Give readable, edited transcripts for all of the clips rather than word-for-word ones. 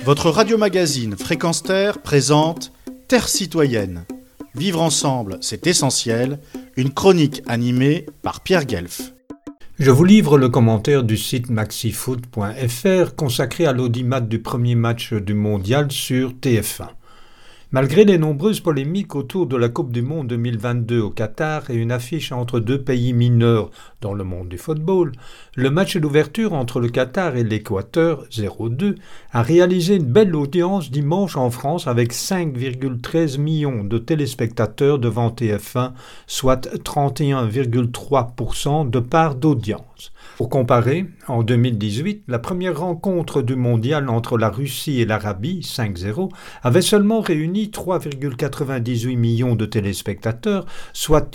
Votre radio-magazine Fréquence Terre présente Terre citoyenne. Vivre ensemble, c'est essentiel. Une chronique animée par Pierre Guelf. Je vous livre le commentaire du site maxifoot.fr consacré à l'audimat du premier match du mondial sur TF1. Malgré les nombreuses polémiques autour de la Coupe du Monde 2022 au Qatar et une affiche entre deux pays mineurs dans le monde du football, le match d'ouverture entre le Qatar et l'Équateur, 0-2, a réalisé une belle audience dimanche en France avec 5,13 millions de téléspectateurs devant TF1, soit 31,3% de part d'audience. Pour comparer, en 2018, la première rencontre du mondial entre la Russie et l'Arabie, 5-0, avait seulement réuni 3,98 millions de téléspectateurs, soit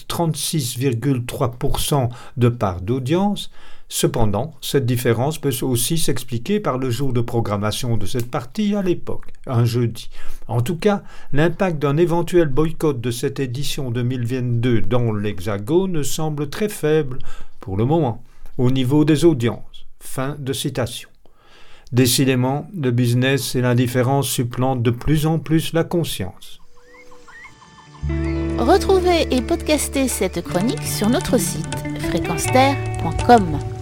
36,3% de part d'audience. Cependant, cette différence peut aussi s'expliquer par le jour de programmation de cette partie à l'époque, un jeudi. En tout cas, l'impact d'un éventuel boycott de cette édition 2022 dans l'Hexagone semble très faible pour le moment, au niveau des audiences. Fin de citation. Décidément, le business et l'indifférence supplantent de plus en plus la conscience. Retrouvez et podcastez cette chronique sur notre site fréquenceterre.com.